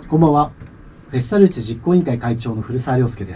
こんばんは。フェスタルーチェ実行委員会会長の古澤亮介です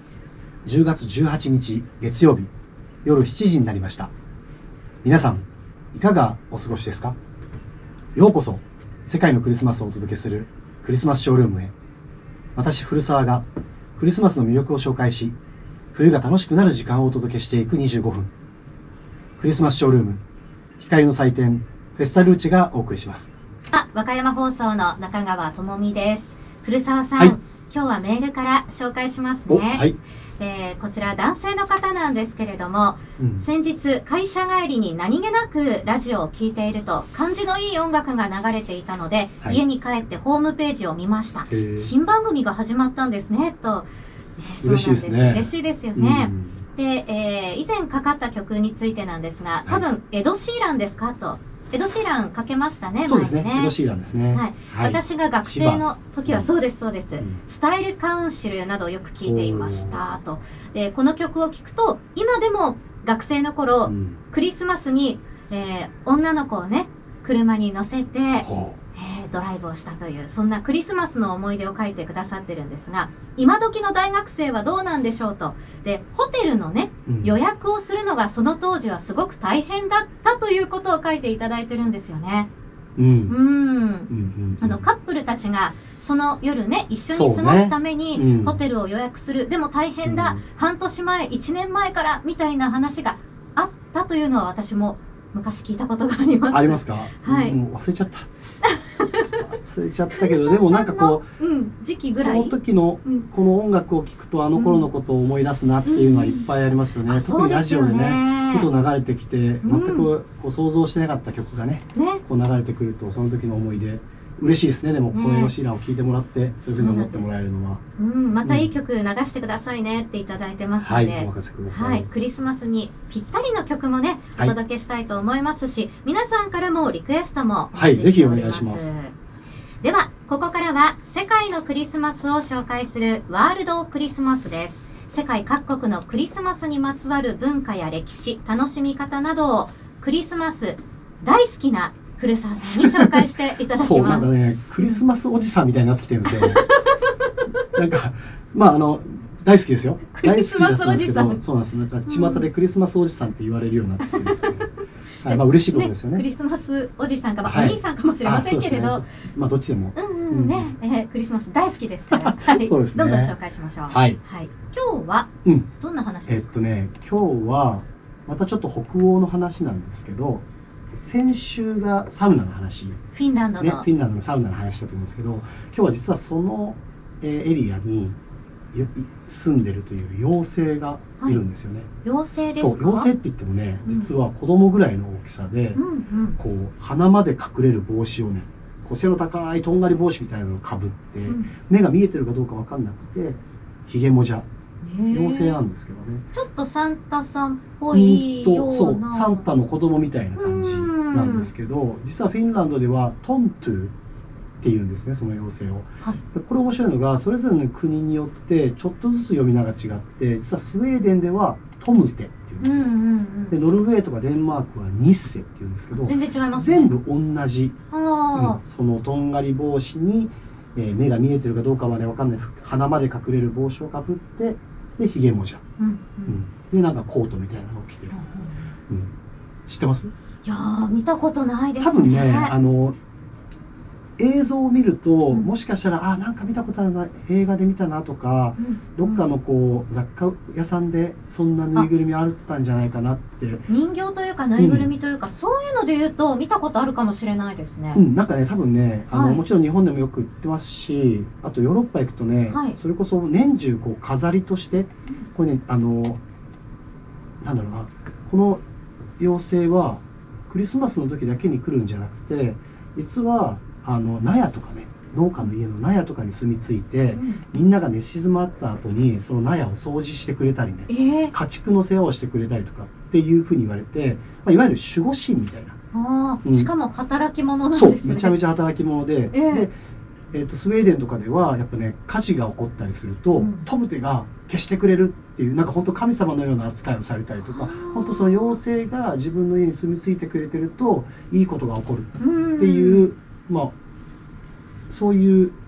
。10月18日月曜日夜7時になりました。皆さんいかがお過ごしですか？ようこそ世界のクリスマスをお届けするクリスマスショールームへ。私古澤がクリスマスの魅力を紹介し、冬が楽しくなる時間をお届けしていく25分。クリスマスショールーム光の祭典フェスタルーチェがお送りします。 和歌山放送の中川智美です。古澤さん、 はい、 今日はメールから紹介しますね。 はい、 こちら男性の方なんですけれども、先日会社帰りに何気なくラジオを聞いていると感じのいい音楽が流れていたので、はい、家に帰ってホームページを見ました。新番組が始まったんですねと、 嬉しいですね。 嬉しいですよね。で、以前かかった曲についてなんですが、多分エド・シーランですかと。エド・シーランかけましたね。 そうですね。エド・シーランですね。 はい。私が学生の時はそうですそうです。スタイルカウンシルなどをよく聞いていましたと。で、この曲を聴くと今でも学生の頃、クリスマスに、女の子をね車に乗せて、ドライブをしたというそんなクリスマスの思い出を書いてくださってるんですが、今時の大学生はどうなんでしょうと。で、ホテルのね、予約をするのがその当時はすごく大変だったということを書いていただいてるんですよね。カップルたちがその夜ね一緒に過ごすためにホテルを予約する、でも大変だ、半年前1年前からみたいな話があったというのは私も昔聞いたことがあります。 ありますか？はい。もう忘れちゃった。忘れちゃったけど、でもなんかこう、 時期ぐらいその時のこの音楽を聴くとあの頃のことを思い出すなっていうのはいっぱいありますよね。特にラジオでね、ふと流れてきて全くこう想像してなかった曲がね、こう流れてくるとその時の思い出。嬉しいですね。でもこのエド・シーランを聴いてもらってそういうふうに思ってもらえるのは、 またいい曲流してくださいねっていただいてますので、 はい、お任せください。 はい、クリスマスにぴったりの曲もねお届けしたいと思いますし、皆さんからもリクエストもお待ちしております。 はい、ぜひお願いします。 ではここからは世界のクリスマスを紹介するワールドクリスマスです。世界各国のクリスマスにまつわる文化や歴史、楽しみ方などをクリスマス大好きな古澤さんに紹介していただきます。 そう、なんかね、クリスマスおじさんみたいになってきてるんですよ。なんか、まあ大好きですよ。大好きなんですけど、そうなんです。なんか巷でクリスマスおじさんって言われるようになってきてるんですね。はい、まあ嬉しいことですよね。 クリスマスおじさんか、お兄さんかもしれませんけれど、 まあどっちでも。 クリスマス大好きですから、そうですね。どんどん紹介しましょう。 はい。 今日はどんな話ですか？ 今日はまたちょっと北欧の話なんですけど。先週がサウナの話、 フィンランドのサウナの話だと思うんですけど、今日は実はそのエリアに住んでるという妖精がいるんですよね。 妖精ですか？ そう、妖精って言ってもね、実は子供ぐらいの大きさで、こう鼻まで隠れる帽子をね、こう背の高いとんがり帽子みたいなのをかぶって、目が見えてるかどうかわかんなくて、ひげもじゃ妖精なんですけどね。 ちょっとサンタさんっぽいような、 そう、サンタの子供みたいな感じなんですけど、実はフィンランドではトントゥっていうんですね、その妖精を。これ面白いのが、それぞれの国によってちょっとずつ読み名が違って、実はスウェーデンではトムテっていうんですよ。でノルウェーとかデンマークはニッセっていうんですけど、 全然違いますね。 全部同じ、そのとんがり帽子に、目が見えてるかどうかまで分かんない鼻まで隠れる帽子をかぶって、でひげもじゃ、でなんかコートみたいなのを着てる、知ってます？ いやー、見たことないですね。 多分ね、映像を見ると、もしかしたらなんか見たことあるな、映画で見たなとか、どっかのこう雑貨屋さんでそんなぬいぐるみあったんじゃないかなって。 人形というかぬいぐるみというか、そういうので言うと見たことあるかもしれないですね。 なんかね、多分ね、もちろん日本でもよく売ってますし、あとヨーロッパ行くとね、それこそ年中こう飾りとして、これね、なんだろうな、この妖精はクリスマスの時だけに来るんじゃなくて、実は納屋とかね、農家の家の納屋とかに住み着いて、みんなが寝静まった後にその納屋を掃除してくれたりね、家畜の世話をしてくれたりとかっていうふうに言われて、いわゆる守護神みたいな。 しかも働き者なんですね。 そう、めちゃめちゃ働き者で、スウェーデンとかではやっぱね、火事が起こったりすると、トムテが消してくれるっていう、なんか本当神様のような扱いをされたりとか、本当その妖精が自分の家に住み着いてくれてるといいことが起こるっていう、まあそういう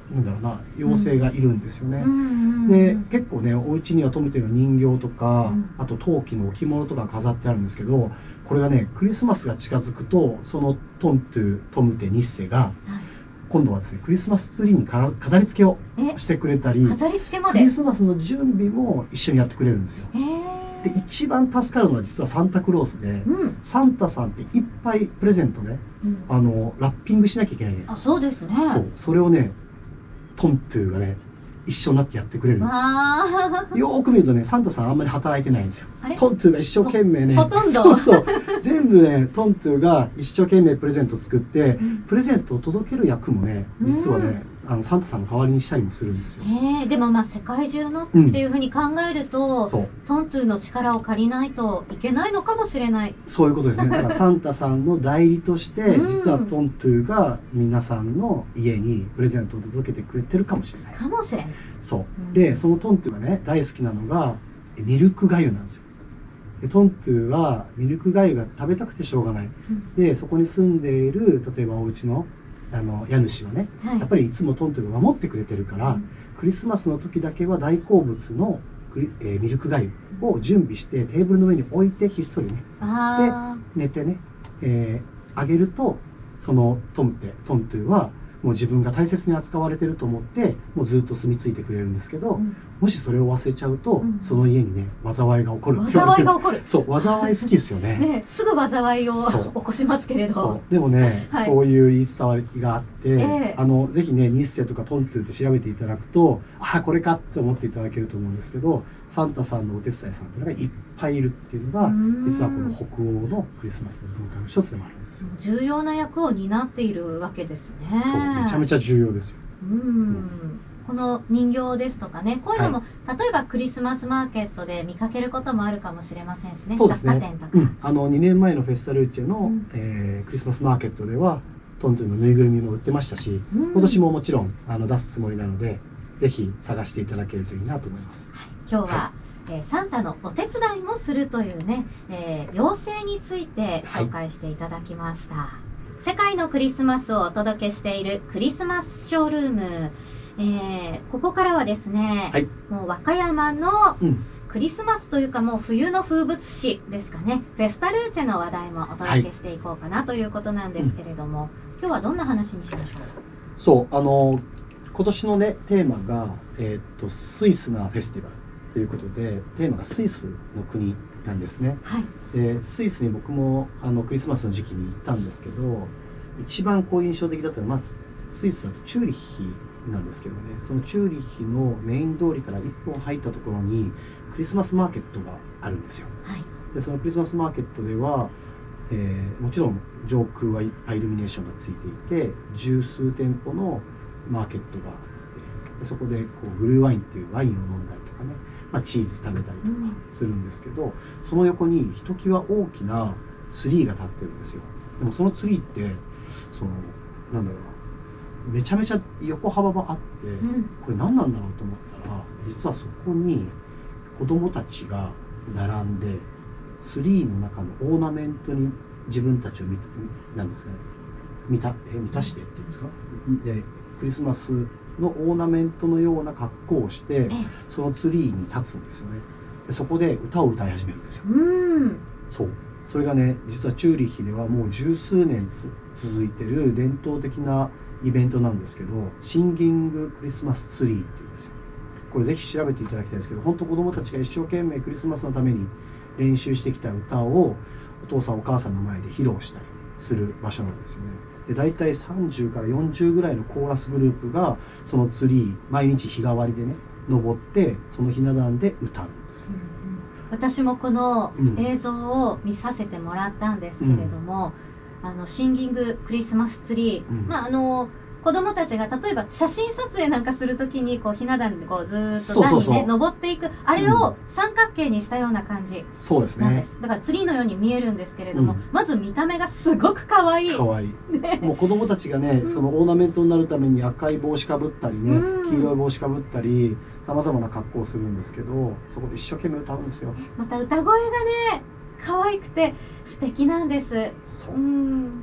なんだろうな、妖精がいるんですよね。で結構ね、お家にはトムテの人形とか、あと陶器の置物とか飾ってあるんですけど、これがね、クリスマスが近づくとそのトムテニッセが今度はですね、クリスマスツリーに飾り付けをしてくれたり、 飾り付けまでクリスマスの準備も一緒にやってくれるんですよ。で一番助かるのは実はサンタクロースで、サンタさんっていっぱいプレゼントね、ラッピングしなきゃいけないじゃないですか。 そうですね。 それをね、トムトゥがね一緒になってやってくれるんですよ。よーく見るとね、サンタさんあんまり働いてないんですよ。トントゥが一生懸命ね、 ほとんどそう全部ね、トントゥが一生懸命プレゼント作って、プレゼントを届ける役もね、実はね、サンタさんの代わりにしたりもするんですよ。 でもまあ世界中のっていうふうに考えると、トントゥの力を借りないといけないのかもしれない。 そういうことですね。だからサンタさんの代理として、実はトントゥが皆さんの家にプレゼントを届けてくれてるかもしれない。 かもしれない。 そう。で、そのトントゥがね、大好きなのがミルク粥なんですよ。でトントゥはミルク粥が食べたくてしょうがない。で、そこに住んでいる、例えばお家の家主はね、やっぱりいつもトントゥが守ってくれてるから、クリスマスの時だけは大好物のミルク粥を準備してテーブルの上に置いてひっそりね、で寝てね、あげると、そのトントゥはもう自分が大切に扱われてると思ってもうずっと住み着いてくれるんですけど、もしそれを忘れちゃうと、その家にね災いが起こるって言われてる。災いが起こる。そう、災い好きですよね。 ね、すぐ災いを起こしますけれど。 でもね、そういう言い伝わりがあって、ぜひね、ニッセとかトントゥって調べていただくと、あ、これかって思っていただけると思うんですけど、サンタさんのお手伝いさんというのがいっぱいいるっていうのが、実はこの北欧のクリスマスの文化の一つでもあるんですよ。 重要な役を担っているわけですね。 そう、めちゃめちゃ重要ですよ。 この人形ですとかね、こういうのも、例えばクリスマスマーケットで見かけることもあるかもしれませんしね。雑貨店とか。 2年前のフェスタルーチェの、クリスマスマーケットではトントゥのぬいぐるみも売ってましたし、今年ももちろん出すつもりなので、ぜひ探していただけるといいなと思います。 今日は、サンタのお手伝いもするというね、妖精について紹介していただきました。世界のクリスマスをお届けしているクリスマスショールーム。ここからはですね、もう和歌山のクリスマスというかもう冬の風物詩ですかね、フェスタルーチェの話題もお届けしていこうかなということなんですけれども、今日はどんな話にしましょう。 そう、今年のねテーマが、スイスなフェスティバルということで、テーマがスイスの国なんですね。スイスに僕もクリスマスの時期に行ったんですけど、一番印象的だったのは、まずスイスだとチューリッヒなんですけどね、そのチューリッヒのメイン通りから一本入ったところにクリスマスマーケットがあるんですよ。でそのクリスマスマーケットでは、もちろん上空はいっぱいイルミネーションがついていて、十数店舗のマーケットがあって、でそこでグルーワインっていうワインを飲んだりとかね、チーズ食べたりとかするんですけど、その横にひときわ大きなツリーが立ってるんですよ。でもそのツリーってなんだろうな、めちゃめちゃ横幅があって、これ何なんだろうと思ったら、実はそこに子供たちが並んでツリーの中のオーナメントに自分たちをなんですかね、満たしてっていうんですか、でクリスマスのオーナメントのような格好をしてそのツリーに立つんですよね。でそこで歌を歌い始めるんですよ。そう、それがね、実はチューリッヒではもう十数年続いてる伝統的なイベントなんですけど、シンギングクリスマスツリーっていうんですよ。これぜひ調べていただきたいんですけど、本当子供たちが一生懸命クリスマスのために練習してきた歌をお父さんお母さんの前で披露したりする場所なんですよね。で大体30から40ぐらいのコーラスグループがそのツリー毎日日替わりでね登って、そのひな壇で歌うんですよね。 私もこの映像を見させてもらったんですけれども、シンギングクリスマスツリー、子供たちが例えば写真撮影なんかするときにひな壇でずーっと段にね登っていく、あれを三角形にしたような感じなんです。そうですね。だからツリーのように見えるんですけれども、まず見た目がすごく可愛い。可愛い。 もう子供たちがね、そのオーナメントになるために赤い帽子かぶったりね、黄色い帽子かぶったり、さまざまな格好をするんですけど、そこで一生懸命歌うんですよ。 また歌声がね可愛くて素敵なんです。 そう。で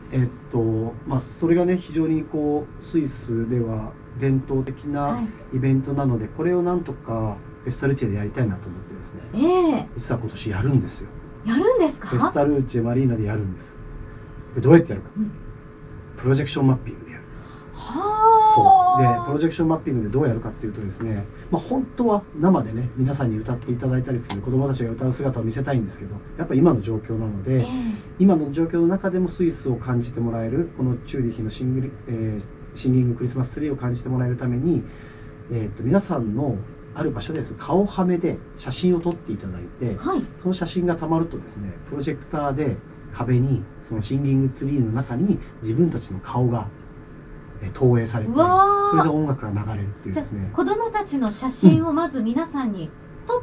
それがね非常にスイスでは伝統的なイベントなので、これをなんとかフェスタルーチェでやりたいなと思ってですね、実は今年やるんですよ。 やるんですか？ フェスタルーチェマリーナでやるんです。でどうやってやるか、プロジェクションマッピングでやる。そうでプロジェクションマッピングでどうやるかっていうとですね、本当は生でね皆さんに歌っていただいたりする、子どもたちが歌う姿を見せたいんですけど、やっぱ今の状況なので、今の状況の中でもスイスを感じてもらえる、このチューリヒのシンギングクリスマスツリーを感じてもらえるために、皆さんのある場所です。顔はめで写真を撮っていただいて、その写真がたまるとですね、プロジェクターで壁にそのシンギングツリーの中に自分たちの顔が投影されて、それで音楽が流れるっていうですね。 子どもたちの写真をまず皆さんに撮って、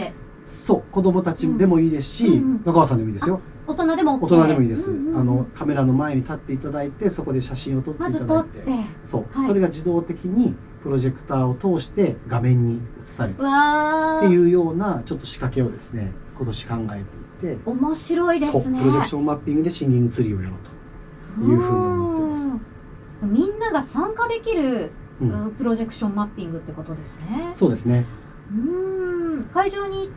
そう子どもたちでもいいですし、中川さんでもいいですよ。 大人でも OK。 大人でもいいです。カメラの前に立っていただいて、そこで写真を撮っていただいて、それが自動的にプロジェクターを通して画面に映されるっていうようなちょっと仕掛けをですね今年考えていて、 面白いですね。 プロジェクションマッピングでシンギングツリーをやろうというふうに思ってます。 みんなが参加できる、プロジェクションマッピングってことですね。 そうですね。 会場に行って、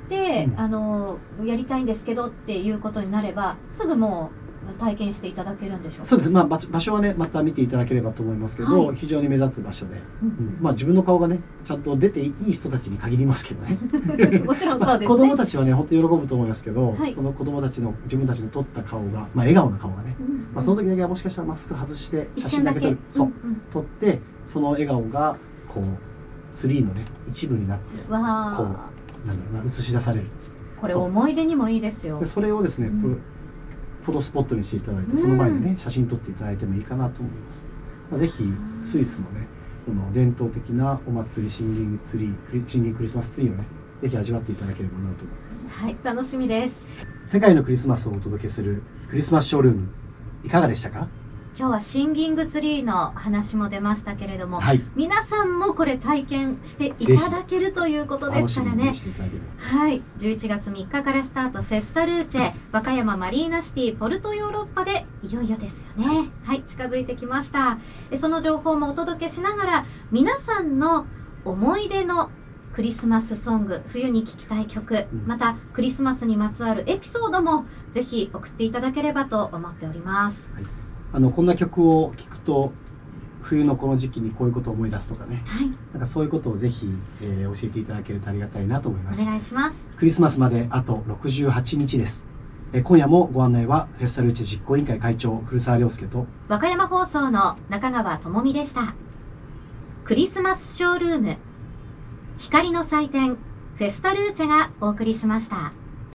やりたいんですけどっていうことになれば、すぐもう体験していただけるんでしょうか？ そうです。場所はねまた見ていただければと思いますけど、非常に目立つ場所で、自分の顔がねちゃんと出ていい人たちに限りますけどね。 もちろんそうですね。 子供たちはね本当に喜ぶと思いますけど、その子供たちの自分たちの撮った顔が、笑顔の顔がね、その時だけはもしかしたらマスク外して写真だけ撮って、その笑顔がツリーのね一部になって映し出される。 これ思い出にもいいですよ。 それをですね、フォトスポットにしていただいて、その前でね写真撮っていただいてもいいかなと思います。ぜひスイスのねこの伝統的なお祭りシンギングツリー、シンギングクリスマスツリーをねぜひ味わっていただければなと思います。 はい、楽しみです。 世界のクリスマスをお届けするクリスマスショールーム、いかがでしたか？ 今日はシンギングツリーの話も出ましたけれども、皆さんもこれ体験していただけるということですからね。はい、11月3日からスタート、フェスタルーチェ和歌山マリーナシティポルトヨーロッパでいよいよですよね。はい、近づいてきました。その情報もお届けしながら、皆さんの思い出のクリスマスソング、冬に聴きたい曲、またクリスマスにまつわるエピソードもぜひ送っていただければと思っております。 こんな曲を聴くと冬のこの時期にこういうことを思い出すとかね、なんかそういうことをぜひ、教えていただけるとありがたいなと思います。 お願いします。 クリスマスまであと68日です。今夜もご案内はフェスタルーチェ実行委員会会長古澤亮介と和歌山放送の中川智美でした。クリスマスショールーム、光の祭典フェスタルーチェがお送りしました。